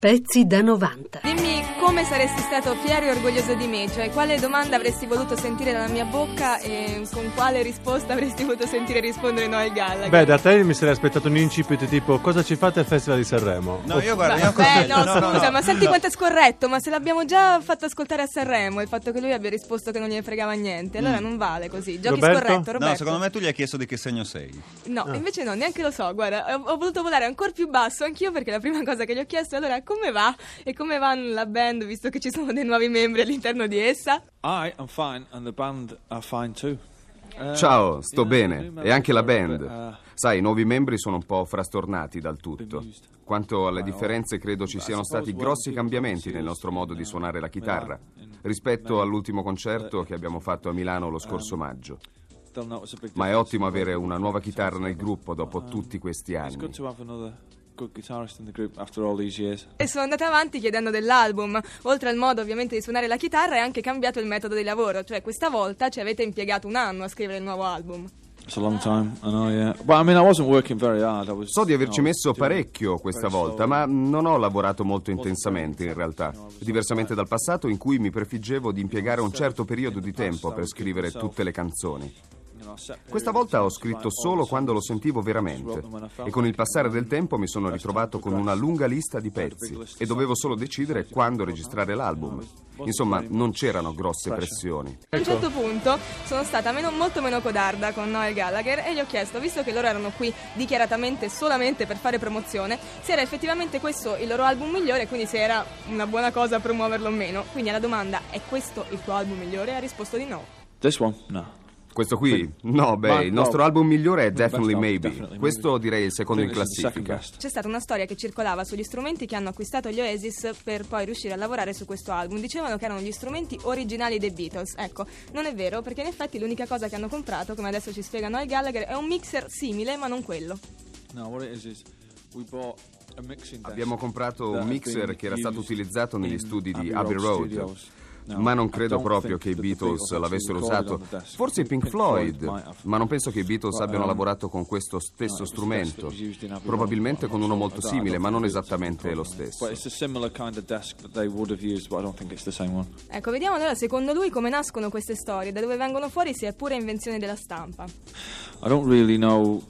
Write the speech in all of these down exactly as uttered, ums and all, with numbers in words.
Pezzi da novanta. Dimmi come saresti stato fiero e orgoglioso di me, cioè quale domanda avresti voluto sentire dalla mia bocca e con quale risposta avresti voluto sentire rispondere Noel Gallagher. Beh, da te mi sarei aspettato un incipit tipo cosa ci fate al Festival di Sanremo? No, io guarda, Beh, io beh, no, no, no, scusa, no, ma senti no. quanto è scorretto, ma se l'abbiamo già fatto ascoltare a Sanremo, il fatto che lui abbia risposto che non gliene fregava niente, allora Mm. non vale così. Giochi Roberto? scorretto, Roberto. No, secondo me tu gli hai chiesto di che segno sei. No, invece no, neanche lo so, guarda, ho, ho voluto volare ancora più basso anch'io perché la prima cosa che gli ho chiesto è allora come va e come va la band visto che ci sono dei nuovi membri all'interno di essa. I am fine and the band are fine too. Uh, Ciao, sto you know, bene, the new e members anche la are a band. bit, uh, Sai, i nuovi membri sono un po' frastornati dal tutto. bemused. Quanto alle By all. differenze, credo ci But I siano suppose stati what grossi people cambiamenti don't nel see nostro is, modo di uh, suonare la chitarra Milan, in rispetto May, all'ultimo concerto uh, che abbiamo fatto a Milano lo scorso maggio. they'll notice a big Ma è difference ottimo in the way avere people una nuova play chitarra guitar. nel gruppo dopo Um, tutti questi It's anni. good to have another good guitarist in the group after all these years. E sono andata avanti chiedendo dell'album. Oltre al modo ovviamente di suonare la chitarra è anche cambiato il metodo di lavoro, cioè questa volta ci avete impiegato un anno a scrivere il nuovo album. It's a long time, I know, yeah. But I mean, I wasn't working very hard. I was, So di averci you know, messo doing parecchio questa very volta, slowly. ma non ho lavorato molto intensamente in realtà, diversamente dal passato in cui mi prefiggevo di impiegare un certo periodo di tempo per scrivere tutte le canzoni. You know, set Questa periods volta ho to write scritto all solo the quando lo songs. sentivo veramente e con il passare del tempo mi sono ritrovato con una lunga lista di pezzi e dovevo solo decidere quando registrare l'album. Insomma, non c'erano grosse pressioni. A un certo punto sono stata meno, molto meno codarda con Noel Gallagher e gli ho chiesto, visto che loro erano qui dichiaratamente solamente per fare promozione, se era effettivamente questo il loro album migliore e quindi se era una buona cosa promuoverlo o meno. Quindi alla domanda è questo il tuo album migliore? Ha risposto di no. This one? No. Questo qui? No, beh, il nostro album migliore è Definitely Maybe. Definitely Questo Maybe. direi il secondo in I think this is the second classifica. best. C'è stata una storia che circolava sugli strumenti che hanno acquistato gli Oasis per poi riuscire a lavorare su questo album. Dicevano che erano gli strumenti originali dei Beatles. Ecco, non è vero, perché in effetti l'unica cosa che hanno comprato, come adesso ci spiega Noel Gallagher, è un mixer simile ma non quello. No, what it is is we bought a mixing desk Abbiamo comprato that un had mixer been che era stato used utilizzato negli in studi di Abbey Abbey Road. Studios. No, Ma non I credo don't proprio think che i that the Beatles actually l'avessero recorded usato. on the desk. Forse i Pink Floyd, might have. ma non penso che i Beatles But, abbiano um, lavorato con questo stesso no, it was the desk strumento. that was used in Abbey Probabilmente Road, con but uno I'm not molto sure. I don't- simile, I ma don't non think it's esattamente lo recorded. stesso. But it's a similar kind of desk that they would have used, but I don't think it's the same one. Ecco, vediamo allora secondo lui come nascono queste storie, da dove vengono fuori, se è pure invenzione della stampa. I don't really know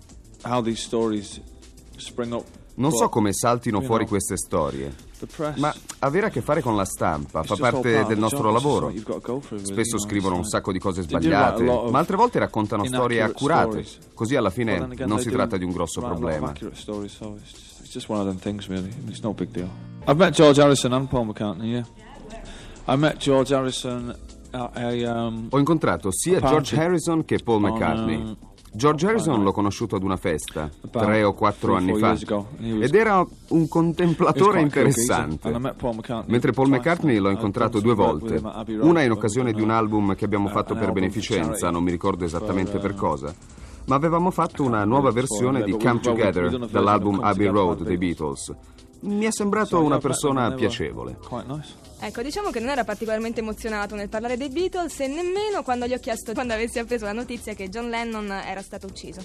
how these stories spring up. Non so but, come saltino you fuori know, queste storie, the press, ma avere a che fare con la stampa it's fa just all parte part of del the nostro job. It's just lavoro. what you've got to go through with, Spesso you know, scrivono un it's sacco di cose They do write a sbagliate, lot of ma altre volte raccontano storie inaccurate accurate. stories. Così alla But fine then again, non they si do tratta di un grosso write a lot of problema. accurate stories, so it's just, it's just one of them things, really. It's no big deal. I've met George Harrison and Paul McCartney, yeah. I met George Harrison at a um, Ho incontrato sia Party. George Harrison che Paul On, McCartney. um, George Harrison night. l'ho conosciuto ad una festa, About tre o quattro three, anni four fa, years ago, and he was- ed era un he was contemplatore quite a cool interessante. geezer. And I met Paul McCartney Mentre Paul twice. McCartney l'ho I've incontrato done due some work with volte, him at Abbey Road, una in where occasione we've di un done album che abbiamo a- fatto an per album for beneficenza, charity. non mi ricordo esattamente For, per uh, cosa, ma avevamo fatto una nuova versione di but Come we've- we've Together done a version dall'album of Come Abbey Together Road by dei the Beatles. Mi è sembrato So, una yeah, persona they were piacevole. Quite nice. Ecco, diciamo che non era particolarmente emozionato nel parlare dei Beatles e nemmeno quando gli ho chiesto quando avessi appreso la notizia che John Lennon era stato ucciso.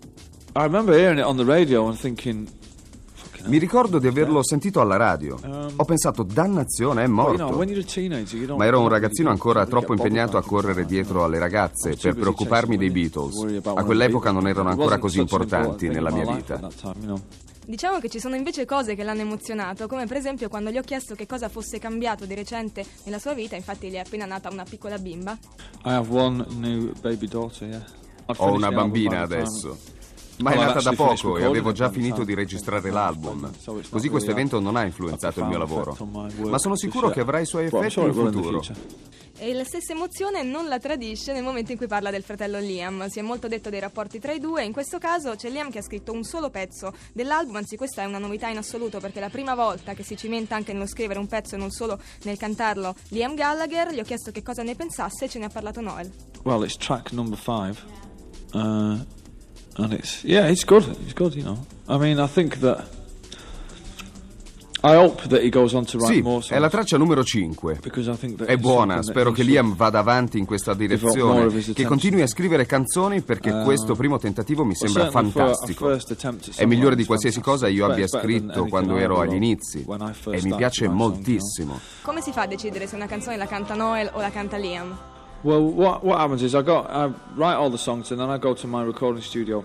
I remember hearing it on the radio and thinking, fucking hell. Mi ricordo di averlo sentito alla radio. Um, Ho pensato, dannazione, è But, you know, morto. when you're a teenager, you don't- Ma ero un you don't ragazzino really ancora get troppo bothered impegnato a by it. correre dietro alle ragazze I was per too busy preoccuparmi dei chasing Beatles. money, worry about A one quell'epoca of the non erano Beatles. ancora It così wasn't such an importanti important nella thing mia in my life vita. at that time, you know. Diciamo che ci sono invece cose che l'hanno emozionato, come per esempio quando gli ho chiesto che cosa fosse cambiato di recente nella sua vita, infatti gli è appena nata una piccola bimba. I have one new baby daughter, yeah. I'd Ho finished una the album bambina by the time- adesso. Ma è Well, I've nata da actually finished poco e recording avevo it già by the finito time. di registrare l'album. So it's not Così really questo a- evento non ha a influenzato il mio profound lavoro. effect on my work Ma sono just sicuro yet. che avrà i suoi But I'm effetti sure in it will in the futuro. future. E la stessa emozione non la tradisce nel momento in cui parla del fratello Liam. Si è molto detto dei rapporti tra i due, in questo caso c'è Liam che ha scritto un solo pezzo dell'album, anzi questa è una novità in assoluto perché è la prima volta che si cimenta anche nello scrivere un pezzo e non solo nel cantarlo Liam Gallagher. Gli ho chiesto che cosa ne pensasse e ce ne ha parlato Noel. Well, it's track number five, uh, and it's yeah, it's good. It's good, you know. I mean, I think that I hope that he goes on to write Sì, more songs. è la traccia numero cinque. Because I think that È it's buona, something that spero he che should Liam vada avanti in questa more direzione, of his che attention continui a to. scrivere canzoni perché Um, questo primo tentativo mi Well, sembra certainly for a- a fantastico. first attempt at È migliore di songwriting, qualsiasi fantastic. cosa io It's abbia better than scritto anything quando I ero ever agli wrote inizi when I first e mi started piace to write songs, moltissimo. Come si fa a decidere se una canzone la canta Noel o la canta Liam? Well, what what happens is I got I write all the songs and then I go to my recording studio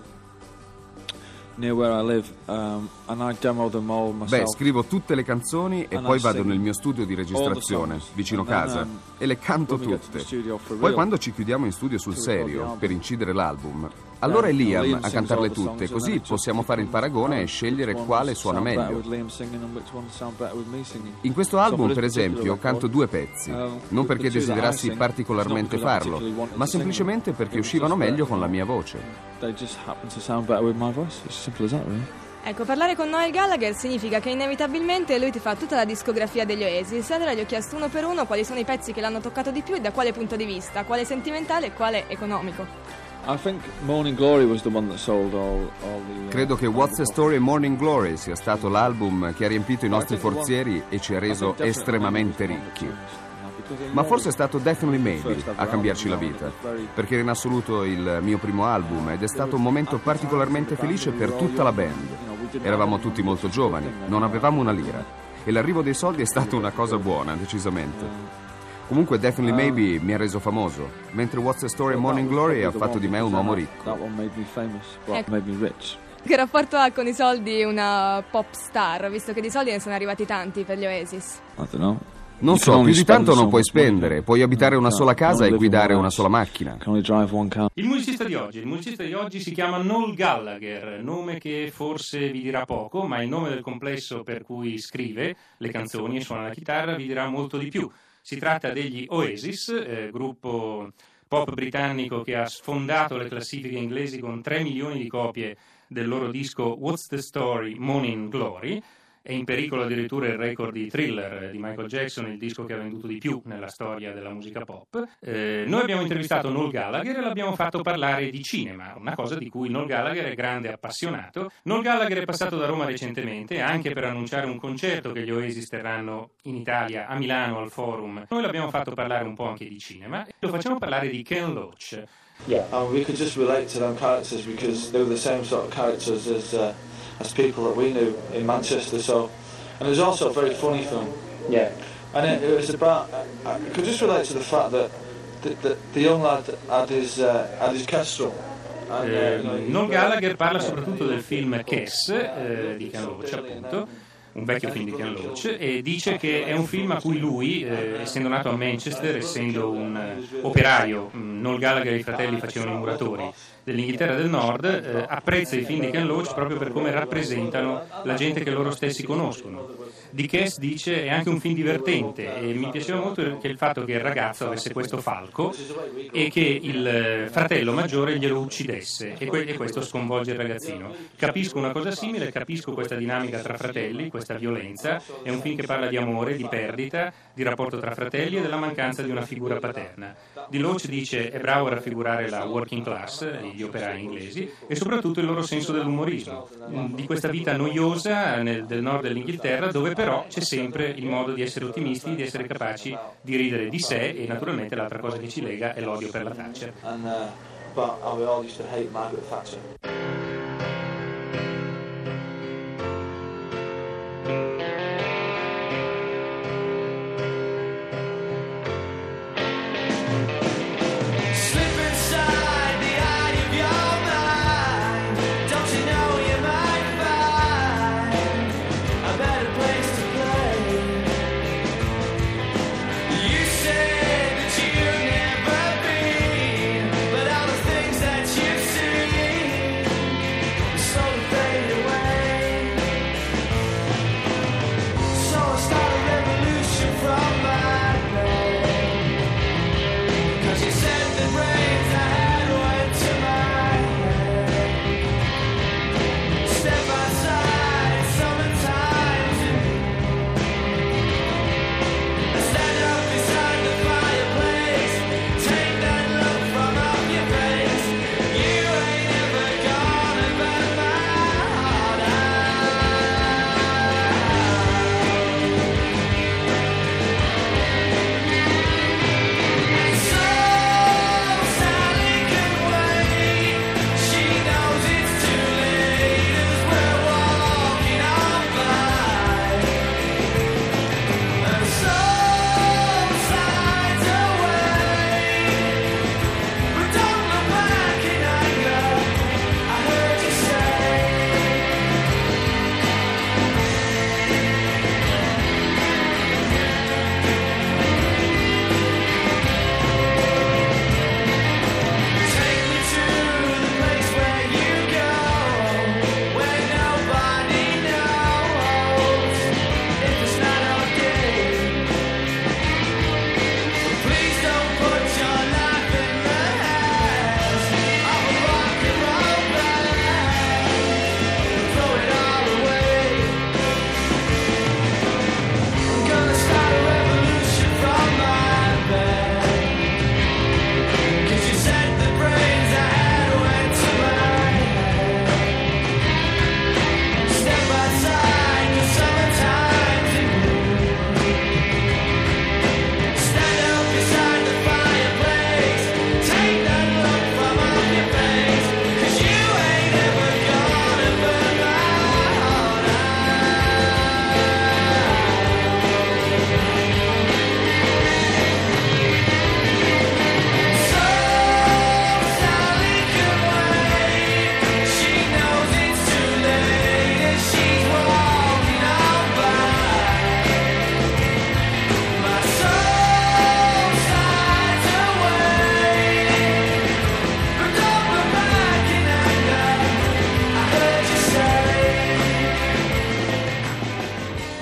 near where I live, um, and I demo them all myself. Beh, scrivo tutte le canzoni e And poi I vado sing nel mio studio di registrazione, all the songs. vicino And then, casa, um, e le canto when we get to the tutte. studio for Poi real, quando ci chiudiamo in studio sul to record the serio album, per incidere l'album, allora è then Liam Liam a sings cantarle all the songs, tutte, and then così it just possiamo fare il paragone e scegliere which one quale suona sound better meglio. with Liam singing and which one sound better with me singing. In questo So album, for per this particular esempio, record, canto due pezzi, um, non perché the two that I desiderassi sing, particolarmente it's not because I farlo, particularly wanted ma to sing semplicemente them. perché It was uscivano just meglio that con la mia voce. They just happen to sound better with my voice. It's as simple as that, really. Ecco, parlare con Noel Gallagher significa che inevitabilmente lui ti fa tutta la discografia degli Oasis. E allora gli ho chiesto uno per uno quali sono i pezzi che l'hanno toccato di più e da quale punto di vista, quale sentimentale e quale economico. I think Morning Glory was the one that sold all, all the... uh, Credo che What's the Story e Morning Glory sia stato l'album che ha riempito i nostri forzieri e ci ha reso estremamente ricchi. Ma forse è stato Definitely Maybe a cambiarci la vita, perché era in assoluto il mio primo album ed è stato un momento particolarmente felice per tutta la band. Eravamo tutti molto giovani, non avevamo una lira e l'arrivo dei soldi è stata una cosa buona, decisamente. Comunque Definitely Maybe mi ha reso famoso, mentre What's the Story e Morning Glory ha fatto di me un uomo ricco. That one made me famous, well, Ecco. made me rich. Che rapporto ha con i soldi una pop star, visto che di soldi ne sono arrivati tanti per gli Oasis? I don't know. Non You can so, only più di spend tanto so non puoi much money. spendere, puoi abitare una No, sola you can casa only e live in guidare one una house. sola macchina. You can only drive one car. Il musicista di oggi, il musicista di oggi si chiama Noel Gallagher, nome che forse vi dirà poco, ma il nome del complesso per cui scrive le canzoni e suona la chitarra vi dirà molto di più. Si tratta degli Oasis, eh, gruppo pop britannico che ha sfondato le classifiche inglesi con tre milioni di copie del loro disco What's the Story, Morning Glory. È in pericolo addirittura il record di Thriller di Michael Jackson, il disco che ha venduto di più nella storia della musica pop. Eh, noi abbiamo intervistato Noel Gallagher e l'abbiamo fatto parlare di cinema, una cosa di cui Noel Gallagher è grande appassionato. Noel Gallagher è passato da Roma recentemente anche per annunciare un concerto che gli Oasis terranno in Italia, a Milano, al Forum. Noi l'abbiamo fatto parlare un po' anche di cinema e lo facciamo parlare di Ken Loach. Yeah, and we could just relate to them characters because they were the same sort of characters as uh, as people that we knew in Manchester. So, and it was also a very funny film. Yeah. And it, it was about. I could just relate to the fact that the, the, the young lad had his uh, had his kestrel. And, uh, Eh, you know, he- Noel Gallagher parla soprattutto del film Kes eh, di Ken Loach, appunto, un vecchio film di Ken Loach, e dice che è un film a cui lui, eh, essendo nato a Manchester, essendo un eh, operaio, mh, Noel Gallagher e i fratelli facevano i muratori dell'Inghilterra del Nord, eh, apprezza i film di Ken Loach proprio per come rappresentano la gente che loro stessi conoscono. Di Kes dice è anche un film divertente e mi piaceva molto che il fatto che il ragazzo avesse questo falco e che il eh, fratello maggiore glielo uccidesse e, que- e questo sconvolge il ragazzino. Capisco una cosa simile, capisco questa dinamica tra fratelli, questa violenza. È un film che parla di amore, di perdita, di rapporto tra fratelli e della mancanza di una figura paterna. Di Loach dice è bravo a raffigurare la working class, gli operai inglesi, e soprattutto il loro senso dell'umorismo, di questa vita noiosa nel, del nord dell'Inghilterra, dove però c'è sempre il modo di essere ottimisti, di essere capaci di ridere di sé, e naturalmente l'altra cosa che ci lega è l'odio per la Thatcher. and uh, about how we all used to hate Margaret Thatcher. Slip inside the eye of your mind. Don't you know you might find a better place to play? You said that you've never been, but all the things that you've seen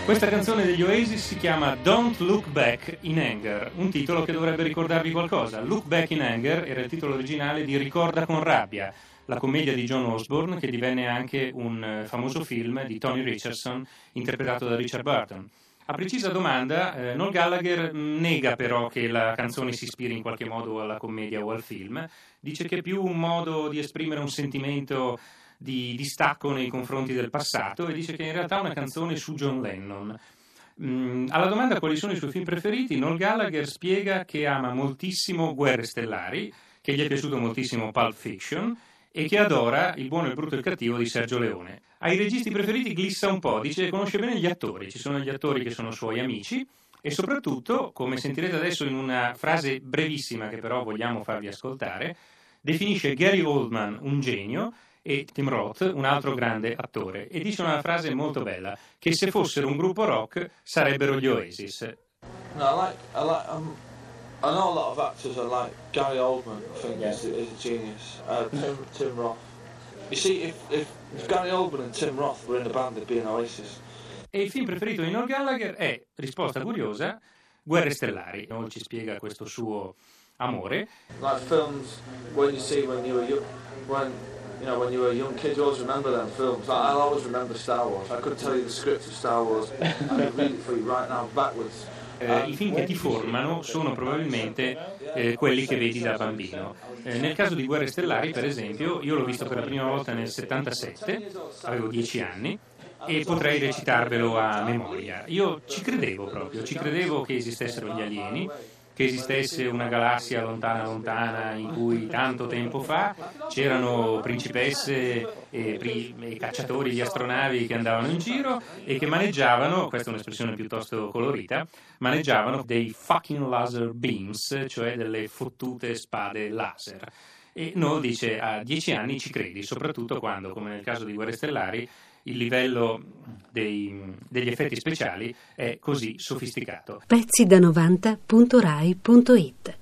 Questa canzone degli Oasis si chiama Don't Look Back in Anger, un titolo che dovrebbe ricordarvi qualcosa. Look Back in Anger era il titolo originale di Ricorda con rabbia, la commedia di John Osborne che divenne anche un famoso film di Tony Richardson interpretato da Richard Burton. A precisa domanda, eh, Noel Gallagher nega però che la canzone si ispiri in qualche modo alla commedia o al film, dice che è più un modo di esprimere un sentimento di distacco nei confronti del passato e dice che in realtà è una canzone su John Lennon. Mm, alla domanda quali sono i suoi film preferiti, Noel Gallagher spiega che ama moltissimo Guerre Stellari, che gli è piaciuto moltissimo Pulp Fiction e che adora Il buono, il brutto e il cattivo di Sergio Leone. Ai registi preferiti glissa un po', dice che conosce bene gli attori, ci sono gli attori che sono suoi amici e soprattutto, come sentirete adesso in una frase brevissima che però vogliamo farvi ascoltare, definisce Gary Oldman un genio e Tim Roth un altro grande attore e dice una frase molto bella, che se fossero un gruppo rock sarebbero gli Oasis. No, I like, I like, um, I know a lot of actors. I like Gary Oldman. I think yeah. is, is a genius. Uh, Tim, Tim Roth. You see, if, if if Gary Oldman and Tim Roth were in a band, they'd be an Oasis. E il film preferito di Noel Gallagher è, risposta curiosa, Guerre Stellari. Noel ci spiega questo suo amore. Like films when you see when you were young, when you know when you were a young kid, you always remember them films. Like, I'll always remember Star Wars. I could tell you the script of Star Wars. I could read it for you right now backwards. Eh, I film che ti formano sono probabilmente eh, quelli che vedi da bambino. Eh, nel caso di Guerre Stellari, per esempio, io l'ho visto per la prima volta nel settantasette, avevo dieci anni, e potrei recitarvelo a memoria. Io ci credevo proprio, ci credevo che esistessero gli alieni, che esistesse una galassia lontana lontana in cui tanto tempo fa c'erano principesse e, pri- e cacciatori di astronavi che andavano in giro e che maneggiavano, questa è un'espressione piuttosto colorita, maneggiavano dei fucking laser beams, cioè delle fottute spade laser. E Noel dice a dieci anni ci credi, soprattutto quando, come nel caso di Guerre Stellari, il livello dei, degli effetti speciali è così sofisticato. Pezzi da novanta punto rai punto it